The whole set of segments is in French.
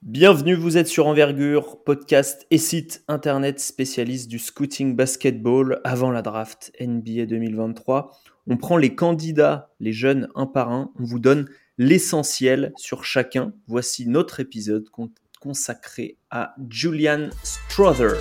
Bienvenue, vous êtes sur Envergure, podcast et site internet spécialiste du scouting basketball avant la draft NBA 2023. On prend les candidats, les jeunes un par un, on vous donne l'essentiel sur chacun. Voici notre épisode consacré à Julian Strawther.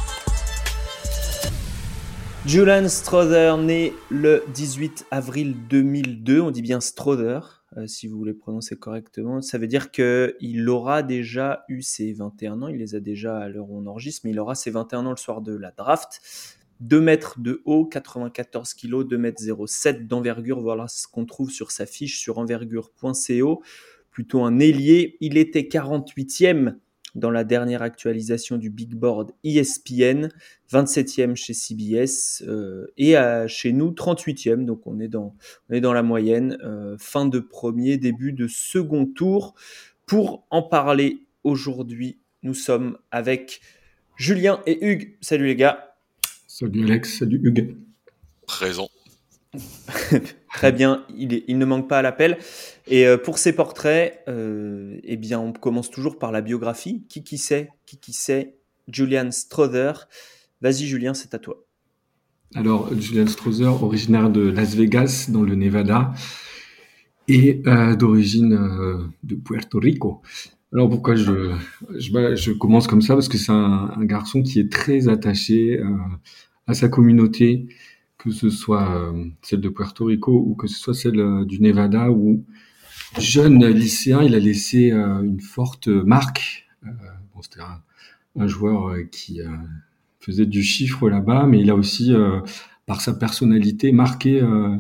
Julian Strawther, né le 18 avril 2002, on dit bien Strawther, si vous voulez prononcer correctement. Ça veut dire qu'il aura déjà eu ses 21 ans, il les a déjà à l'heure où on enregistre, mais il aura ses 21 ans le soir de la draft. 2 mètres de haut, 94 kg, 2 mètres 07 d'envergure, voilà ce qu'on trouve sur sa fiche sur envergure.co. Plutôt un ailier, il était 48e dans la dernière actualisation du Big Board ESPN, 27e chez CBS et chez nous 38e, donc on est dans la moyenne, fin de premier, début de second tour. Pour en parler aujourd'hui, nous sommes avec Julien et Hugues. Salut les gars. Salut Alex, salut Hugues. Présent. Très bien, il ne manque pas à l'appel. Et pour ces portraits, eh bien, on commence toujours par la biographie. Qui c'est Julian Strawther. Vas-y Julien, c'est à toi. Alors, Julian Strawther, originaire de Las Vegas, dans le Nevada, et d'origine de Puerto Rico. Alors, pourquoi je commence comme ça? Parce que c'est un garçon qui est très attaché à sa communauté, que ce soit celle de Puerto Rico ou que ce soit celle du Nevada, où jeune lycéen, il a laissé une forte marque. C'était un joueur qui faisait du chiffre là-bas, mais il a aussi, par sa personnalité, marqué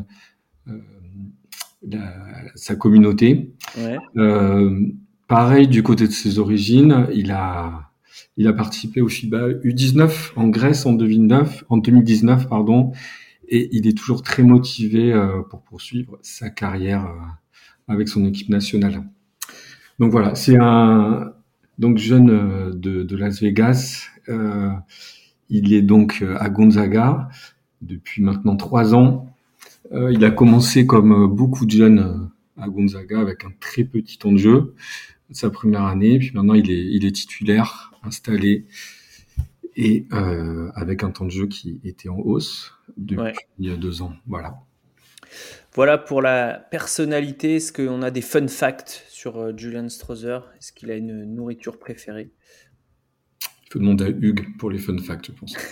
sa communauté. Ouais. Pareil, du côté de ses origines, il a participé au FIBA U19 en Grèce en 2019, et il est toujours très motivé pour poursuivre sa carrière avec son équipe nationale. Donc voilà, c'est un jeune de Las Vegas. Il est donc à Gonzaga depuis maintenant 3 ans. Il a commencé comme beaucoup de jeunes à Gonzaga avec un très petit temps de jeu sa première année, puis maintenant il est titulaire, installé et avec un temps de jeu qui était en hausse depuis 2 ans. Voilà pour la personnalité. Est-ce qu'on a des fun facts sur Julian Strawther? Est-ce qu'il a une nourriture préférée? Il faut demander à Hugues pour les fun facts, je pense.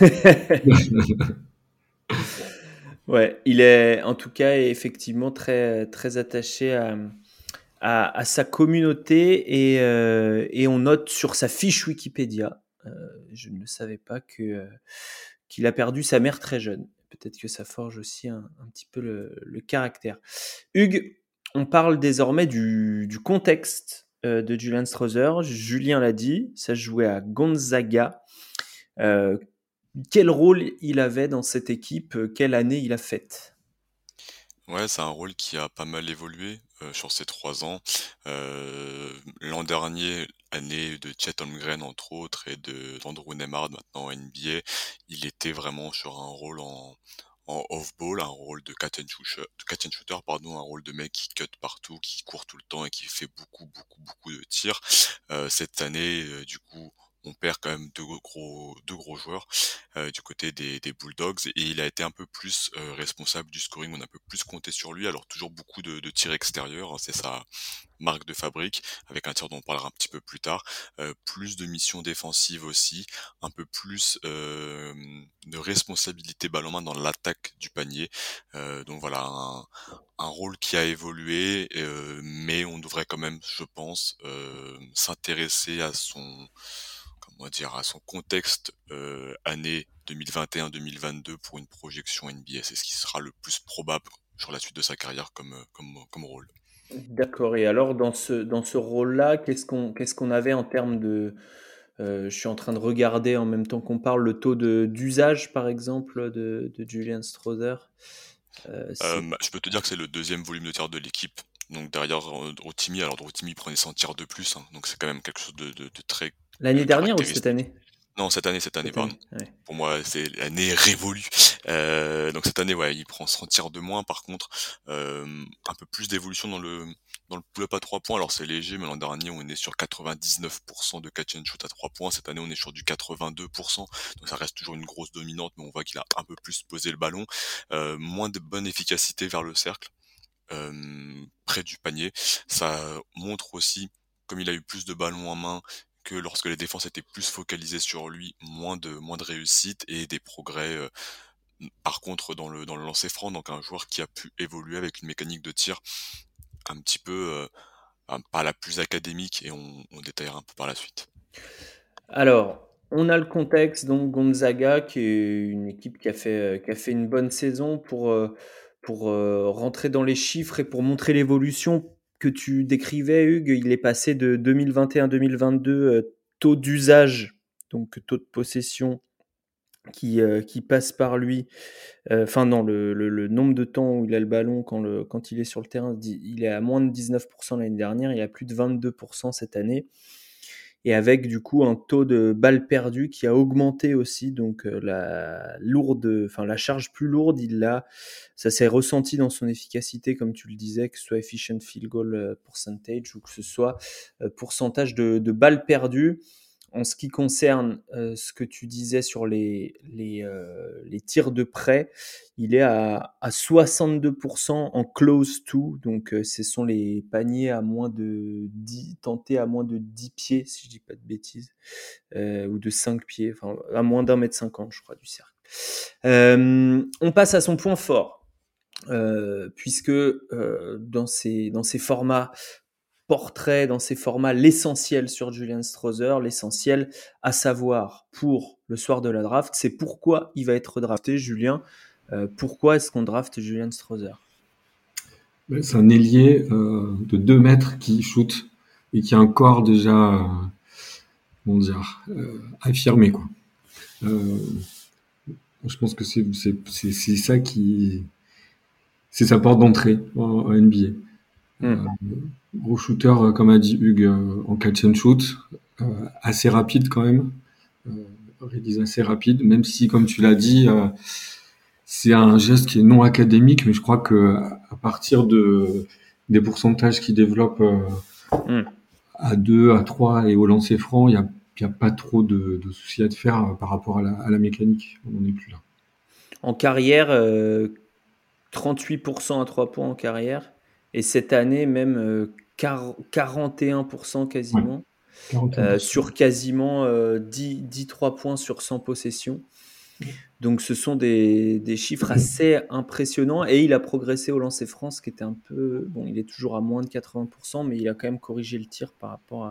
Ouais, il est en tout cas effectivement très, très attaché à sa communauté et on note sur sa fiche Wikipédia, je ne savais pas qu'il a perdu sa mère très jeune. Peut-être que ça forge aussi un petit peu le caractère. Hugues, on parle désormais du contexte de Julian Strawther. Julien l'a dit, ça se jouait à Gonzaga. Quel rôle il avait dans cette équipe? Quelle année il a faite? Ouais, c'est un rôle qui a pas mal évolué sur ces 3 ans. L'an dernier, année de Chet Holmgren entre autres et d'Andrew Nembhard maintenant en NBA, il était vraiment sur un rôle en off-ball, un rôle de catch and shooter, pardon, un rôle de mec qui cut partout, qui court tout le temps et qui fait beaucoup de tirs. Cette année, du coup, on perd quand même deux gros joueurs du côté des Bulldogs et il a été un peu plus responsable du scoring. On a un peu plus compté sur lui. Alors toujours beaucoup de tirs extérieurs, hein, c'est sa marque de fabrique, avec un tir dont on parlera un petit peu plus tard. Plus de missions défensives aussi, un peu plus de responsabilité balle en main dans l'attaque du panier. Donc voilà, un rôle qui a évolué, mais on devrait quand même, je pense, s'intéresser à son contexte année 2021-2022 pour une projection NBA. C'est ce qui sera le plus probable sur la suite de sa carrière comme rôle. D'accord. Et alors dans ce rôle-là, qu'est-ce qu'on avait en termes de je suis en train de regarder en même temps qu'on parle le taux d'usage par exemple de Julian Strawther. Je peux te dire que c'est le deuxième volume de tir de l'équipe. Donc derrière Rotimi, alors Rotimi prenait 100 tirs de plus, hein, donc c'est quand même quelque chose de très L'année dernière ou cette caractéristique. année? Non, cette année, pardon. Ouais. Pour moi, c'est l'année révolue. Donc cette année, ouais, il prend 100 tirs de moins. Par contre, un peu plus d'évolution dans le pull-up à 3 points. Alors c'est léger, mais l'an dernier on est sur 99% de catch and shoot à 3 points. Cette année on est sur du 82%, donc ça reste toujours une grosse dominante, mais on voit qu'il a un peu plus posé le ballon, moins de bonne efficacité vers le cercle, près du panier. Ça montre aussi, comme il a eu plus de ballons en main, que lorsque les défenses étaient plus focalisées sur lui, moins de réussite et des progrès. Par contre, dans le lancer franc, donc un joueur qui a pu évoluer avec une mécanique de tir un petit peu, pas la plus académique, et on détaillera un peu par la suite. Alors, on a le contexte, donc Gonzaga, qui est une équipe qui a fait une bonne saison pour rentrer dans les chiffres et pour montrer l'évolution que tu décrivais, Hugues. Il est passé de 2021-2022, taux d'usage, donc taux de possession qui passe par lui. Enfin non, le nombre de temps où il a le ballon quand il est sur le terrain, il est à moins de 19% l'année dernière, il est à plus de 22% cette année. Et avec du coup un taux de balles perdues qui a augmenté aussi, donc la charge plus lourde, ça s'est ressenti dans son efficacité, comme tu le disais, que ce soit efficient field goal percentage ou que ce soit pourcentage de balles perdues. En ce qui concerne ce que tu disais sur les tirs de près, il est à 62% en close to, donc ce sont les paniers à moins de 10, tentés à moins de 10 pieds, si je dis pas de bêtises, ou de 5 pieds, enfin à moins d'1,50 m, je crois, du cercle. On passe à son point fort, puisque dans ces formats portrait, dans ces formats, l'essentiel sur Julian Strawther, l'essentiel à savoir pour le soir de la draft, c'est pourquoi il va être drafté, Julien. Pourquoi est-ce qu'on draft Julian Strawther? C'est un ailier de 2 mètres qui shoot et qui a un corps déjà, comment dire, affirmé, quoi. Je pense que c'est ça qui, c'est sa porte d'entrée en NBA. Gros shooter, comme a dit Hugues, en catch and shoot, assez rapide quand même, release assez rapide, même si, comme tu l'as dit, c'est un geste qui est non académique, mais je crois que à partir des pourcentages qu'il développe à 2, à 3 et au lancer franc, il y a pas trop de soucis à te faire par rapport à la mécanique. On n'en est plus là. En carrière, 38% à 3 points en carrière, et cette année même 41% quasiment, Ouais, 41%. sur quasiment 10 3 points sur 100 possessions. Donc ce sont des chiffres assez impressionnants, et il a progressé au lancer franc, ce qui était un peu... Bon, il est toujours à moins de 80%, mais il a quand même corrigé le tir par rapport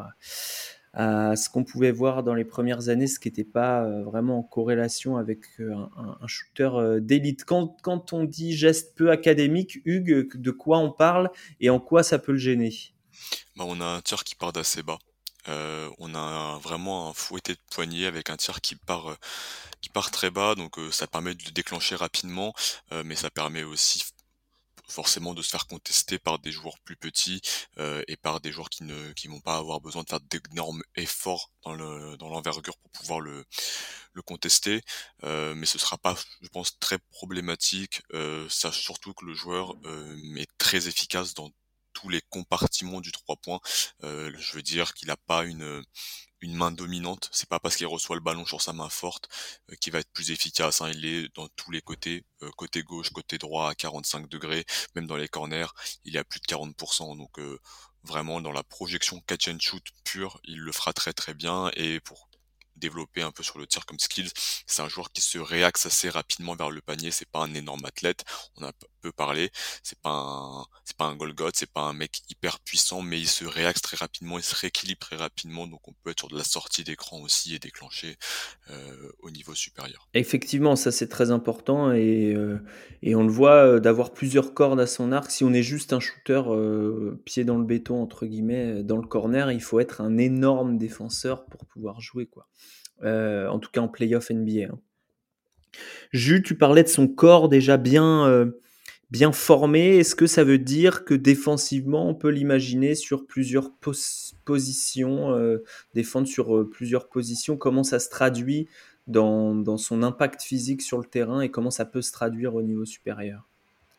à ce qu'on pouvait voir dans les premières années, ce qui n'était pas vraiment en corrélation avec un shooter d'élite. Quand on dit geste peu académique, Hugues, de quoi on parle et en quoi ça peut le gêner? On a un tir qui part d'assez bas. On a vraiment un fouetté de poignet avec un tir qui part très bas, donc ça permet de le déclencher rapidement, mais ça permet aussi forcément de se faire contester par des joueurs plus petits, et par des joueurs qui vont pas avoir besoin de faire d'énormes efforts dans l'envergure pour pouvoir le contester, mais ce sera pas, je pense, très problématique, sache surtout que le joueur est très efficace dans tous les compartiments du 3 points. Je veux dire qu'il a pas une main dominante. C'est pas parce qu'il reçoit le ballon sur sa main forte qu'il va être plus efficace, hein. Il est dans tous les côtés, côté gauche, côté droit, à 45 degrés, même dans les corners, il est à plus de 40%. Donc vraiment, dans la projection catch and shoot pure, il le fera très très bien. Et pour développer un peu sur le tir comme skills, c'est un joueur qui se réaxe assez rapidement vers le panier. C'est pas un énorme athlète, on a peu parlé, c'est pas un Golgoth, c'est pas un mec hyper puissant, mais il se réaxe très rapidement, il se rééquilibre très rapidement, donc on peut être sur de la sortie d'écran aussi et déclencher au niveau supérieur. Effectivement, ça c'est très important, et on le voit, d'avoir plusieurs cordes à son arc. Si on est juste un shooter pied dans le béton, entre guillemets, dans le corner, il faut être un énorme défenseur pour pouvoir jouer, quoi. En tout cas en playoff NBA, hein. Jules, tu parlais de son corps déjà bien formé. Est-ce que ça veut dire que défensivement, on peut l'imaginer sur plusieurs positions, défendre sur plusieurs positions? Comment ça se traduit dans son impact physique sur le terrain, et comment ça peut se traduire au niveau supérieur?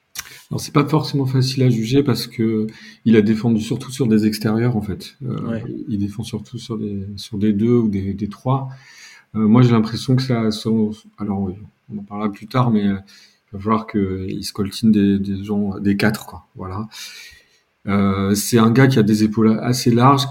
Alors c'est pas forcément facile à juger parce que il a défendu surtout sur des extérieurs en fait. Ouais. Il défend surtout sur des 2 ou des 3. Moi j'ai l'impression que alors oui, on en parlera plus tard, mais il va falloir qu'il se coltine des gens, des 4 quoi. Voilà. C'est un gars qui a des épaules assez larges,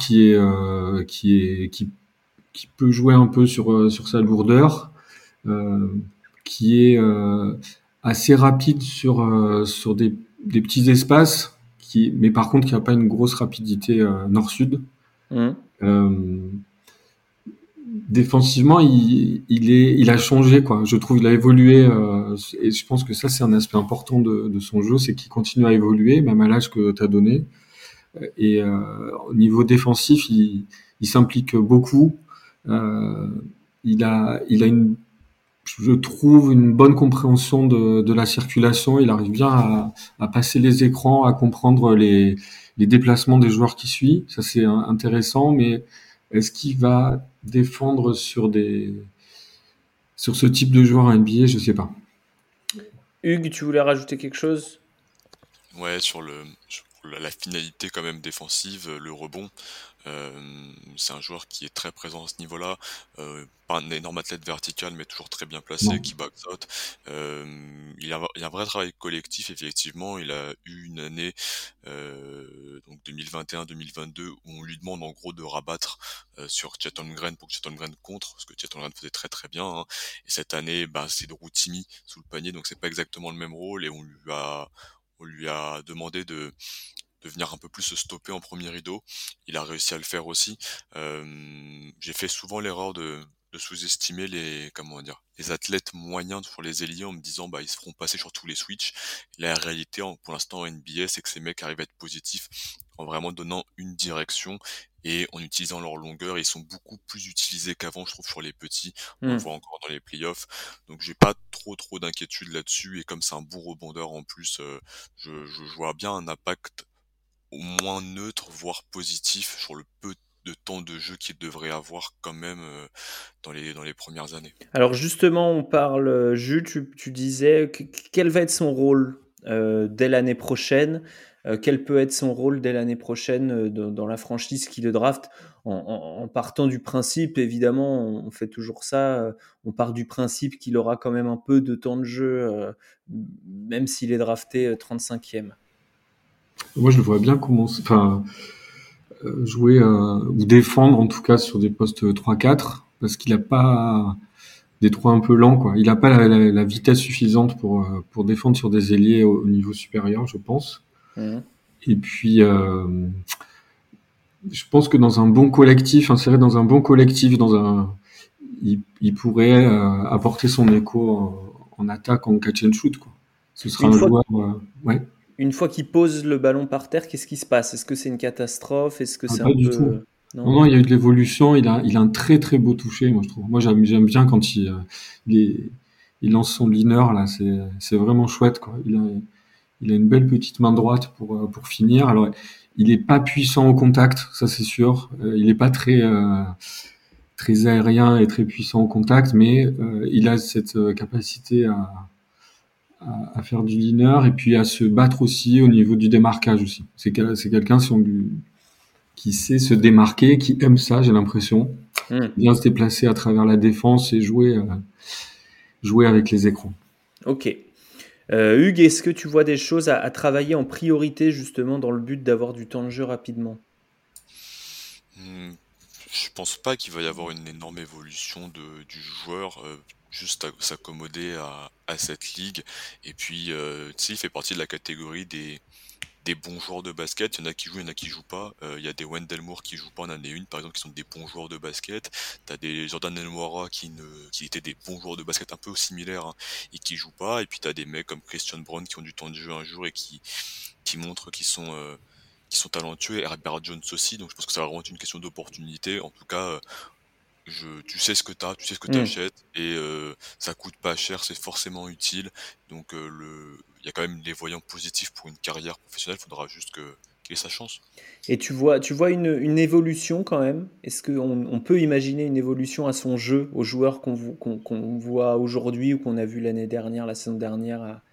qui peut jouer un peu sur sa lourdeur, euh, qui est assez rapide sur des petits espaces, mais par contre qui n'a pas une grosse rapidité nord-sud. Mhm. Euh, Défensivement, il a changé, quoi. Je trouve il a évolué, et je pense que ça c'est un aspect important de son jeu, c'est qu'il continue à évoluer, même à l'âge que tu as donné. Et au niveau défensif, il s'implique beaucoup. Euh, il a je trouve, une bonne compréhension de la circulation. Il arrive bien à passer les écrans, à comprendre les déplacements des joueurs qui suivent. Ça, c'est intéressant, mais est-ce qu'il va défendre sur ce type de joueur à NBA? Je sais pas. Hugues, tu voulais rajouter quelque chose? Ouais, sur la finalité quand même défensive, le rebond, c'est un joueur qui est très présent à ce niveau-là. Pas un énorme athlète vertical, mais toujours très bien placé, Non. qui box out. Il y a un vrai travail collectif, effectivement. Il a eu une année, donc 2021-2022, où on lui demande en gros de rabattre sur Chet Holmgren pour que Chet Holmgren contre, parce que Chet Holmgren faisait très très bien, hein. Et cette année, bah, c'est de Routimi sous le panier, donc c'est pas exactement le même rôle, et on lui a demandé de venir un peu plus se stopper en premier rideau. Il a réussi à le faire aussi. J'ai fait souvent l'erreur de sous-estimer comment dire, les athlètes moyens sur les ailiers en me disant bah ils se feront passer sur tous les switches. La réalité pour l'instant en NBA, c'est que ces mecs arrivent à être positifs en vraiment donnant une direction et en utilisant leur longueur. Ils sont beaucoup plus utilisés qu'avant, je trouve, sur les petits. On le Mhm. voit encore dans les playoffs. Donc j'ai pas trop d'inquiétude là-dessus. Et comme c'est un bon rebondeur en plus, je vois bien un impact au moins neutre, voire positif sur le peu de temps de jeu qu'il devrait avoir quand même dans les premières années. Alors justement, on parle, Jules, tu disais, quel va être son rôle dès l'année prochaine? Quel peut être son rôle dès l'année prochaine dans la franchise qui le draft en partant du principe, évidemment, on fait toujours ça, on part du principe qu'il aura quand même un peu de temps de jeu, même s'il est drafté 35e. Moi, je le vois bien jouer ou défendre en tout cas sur des postes 3-4 parce qu'il a pas des trous un peu lents, quoi. Il n'a pas la vitesse suffisante pour défendre sur des ailiers au niveau supérieur, je pense. Mhm. Et puis, je pense que dans un bon collectif, inséré dans un bon collectif, il pourrait apporter son écho en attaque, en catch and shoot, quoi. Ce sera Une un fois, joueur, ouais, une fois qu'il pose le ballon par terre, qu'est-ce qui se passe? Est-ce que c'est une catastrophe? Est-ce que c'est pas un du tout. peu... Non, Non? non, il y a eu de l'évolution. Il a un très très beau toucher, moi je trouve. Moi j'aime bien quand il, est- il lance son leaner là. C'est vraiment chouette, quoi. Il a une belle petite main droite pour finir. Alors, il est pas puissant au contact, ça c'est sûr. Il est pas très aérien et très puissant au contact, mais il a cette capacité à faire du leaner et puis à se battre aussi au niveau du démarquage aussi. C'est quelqu'un qui sait se démarquer, qui aime ça, j'ai l'impression. Hmm. Bien se déplacer à travers la défense et jouer avec les écrans. Ok. Hugues, est-ce que tu vois des choses à travailler en priorité justement dans le but d'avoir du temps de jeu rapidement? Hmm, je pense pas qu'il va y avoir une énorme évolution du joueur, juste à s'accommoder à cette ligue. Et puis, tu sais, il fait partie de la catégorie des bons joueurs de basket. Il y en a qui jouent, il y en a qui jouent pas. Il y a des Wendell Moore qui jouent pas en année 1, par exemple, qui sont des bons joueurs de basket. T'as des Jordan Nwora qui étaient des bons joueurs de basket un peu similaires, hein, et qui jouent pas. Et puis t'as des mecs comme Christian Brown qui ont du temps de jeu un jour et qui montrent qu'ils sont talentueux, et Herbert Jones aussi. Donc je pense que ça va vraiment être une question d'opportunité. En tout cas, tu sais ce que tu sais ce que tu Hmm. achètes, et ça coûte pas cher, c'est forcément utile. Donc il y a quand même des voyants positifs pour une carrière professionnelle. Il faudra juste qu'il ait sa chance. Et tu vois une évolution quand même? Est-ce qu'on peut imaginer une évolution à son jeu, aux joueurs qu'on voit aujourd'hui ou qu'on a vu l'année dernière, la saison dernière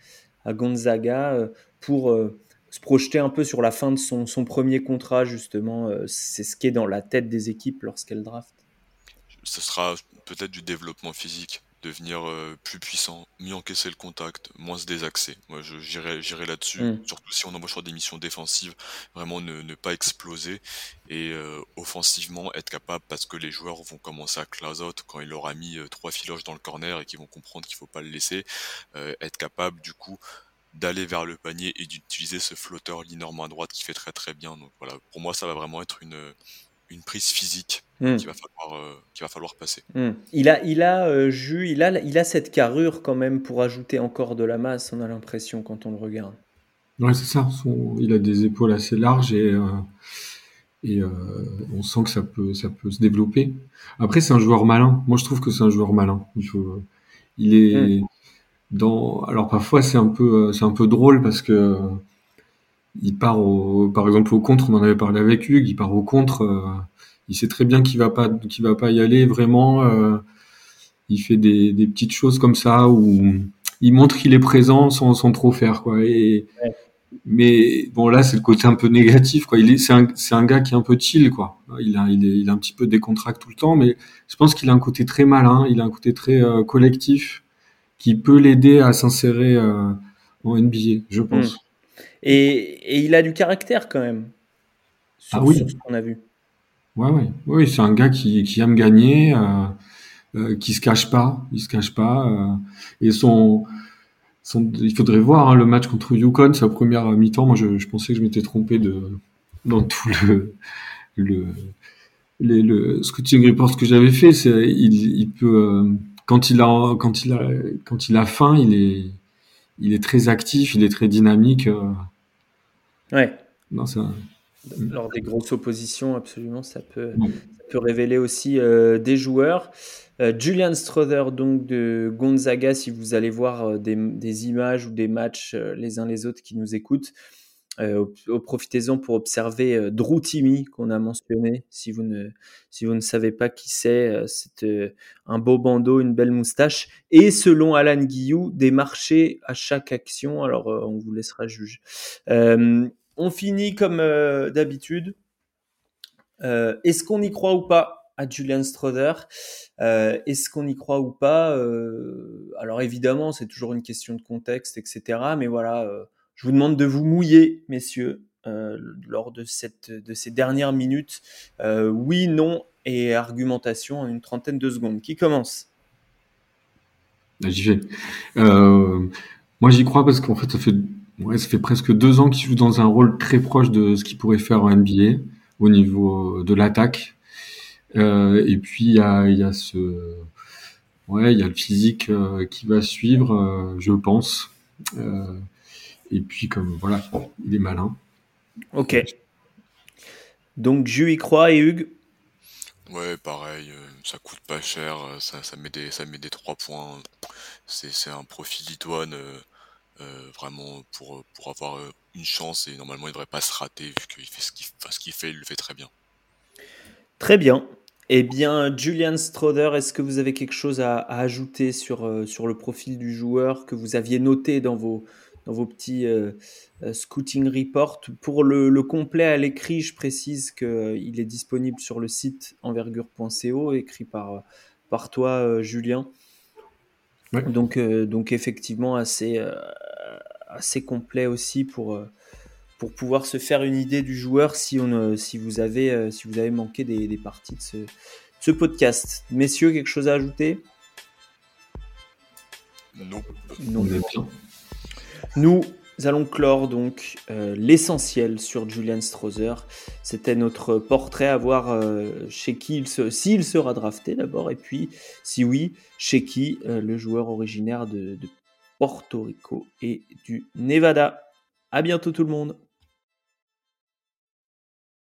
à Gonzaga pour se projeter un peu sur la fin de son premier contrat, justement. C'est ce qui est dans la tête des équipes lorsqu'elles draftent. Ce sera peut-être du développement physique, devenir plus puissant, mieux encaisser le contact, moins se désaxer. Moi, j'irai là-dessus, Mm. surtout si on embauche sur des missions défensives, vraiment ne pas exploser et offensivement être capable, parce que les joueurs vont commencer à close out quand il aura mis 3 filoches dans le corner et qu'ils vont comprendre qu'il faut pas le laisser, être capable du coup d'aller vers le panier et d'utiliser ce flotteur linéaire main droite qui fait très très bien. Donc voilà, pour moi ça va vraiment être une prise physique Mm. qu'il va falloir passer. Il a Jus, il a cette carrure quand même pour ajouter encore de la masse, on a l'impression quand on le regarde. Ouais, c'est ça. Il a des épaules assez larges et on sent que ça peut se développer. Après, c'est un joueur malin. Moi, je trouve que c'est un joueur malin. Il Mm. est alors parfois c'est un peu drôle parce que par exemple au contre, on en avait parlé avec Hugues, il part au contre, il sait très bien qu'il va pas y aller vraiment. Il fait des petites choses comme ça où il montre qu'il est présent sans trop faire quoi. Ouais. Mais bon là c'est le côté un peu négatif quoi. C'est un gars qui est un peu chill quoi. Il a un petit peu décontracté tout le temps, mais je pense qu'il a un côté très malin, il a un côté très collectif qui peut l'aider à s'insérer en NBA, je Mm. pense. Et il a du caractère quand même, Ah sur oui, ce qu'on a vu. ouais. Oui, c'est un gars qui aime gagner, qui se cache pas, il se cache pas. Et il faudrait voir hein, le match contre Yukon, sa première mi-temps. Moi, je pensais que je m'étais trompé dans tout le, le scouting report que j'avais fait. Il peut, quand il a faim, il est très actif, il est très dynamique. Ouais. Non, ça, Lors des grosses oppositions, absolument, ouais. ça peut révéler aussi des joueurs. Julian Strother, donc de Gonzaga, si vous allez voir des images ou des matchs les uns les autres qui nous écoutent, profitez-en pour observer Drew Timme, qu'on a mentionné. Si vous ne savez pas qui c'est un beau bandeau, une belle moustache. Et selon Alan Guillou, des marchés à chaque action. Alors, on vous laissera juger. On finit comme d'habitude. Est-ce qu'on y croit ou pas à Julian Strother? Est-ce qu'on y croit ou pas? Alors évidemment, c'est toujours une question de contexte, etc. Mais voilà, je vous demande de vous mouiller, messieurs, lors de ces dernières minutes. Oui, non et argumentation en une trentaine de secondes. Qui commence? J'y vais. Euh, Moi, j'y crois parce qu'en fait, ça fait presque 2 ans qu'il joue dans un rôle très proche de ce qu'il pourrait faire en NBA au niveau de l'attaque. Et puis, il y a le physique qui va suivre, je pense. Euh, et puis, comme voilà, il est malin. Ok. Donc, je y crois et Hugues? Ouais, pareil, ça coûte pas cher, ça met des 3 points. C'est un profil idoine vraiment pour avoir une chance et normalement il devrait pas se rater vu qu'il fait ce qu'il fait, il le fait très bien. Très bien. Eh bien, Julian Strother, est-ce que vous avez quelque chose à ajouter sur le profil du joueur que vous aviez noté dans vos petits scouting reports? Pour le complet à l'écrit, je précise qu'il est disponible sur le site envergure.co, écrit par toi, Julien. Ouais. Donc effectivement, assez complet aussi pour pouvoir se faire une idée du joueur si vous avez manqué des parties de ce podcast. Messieurs, quelque chose à ajouter? Nope. Non. On est bien. Nous allons clore donc l'essentiel sur Julian Strother. C'était notre portrait à voir chez qui s'il sera drafté d'abord, et puis si oui, chez qui le joueur originaire de Porto Rico et du Nevada. À bientôt tout le monde.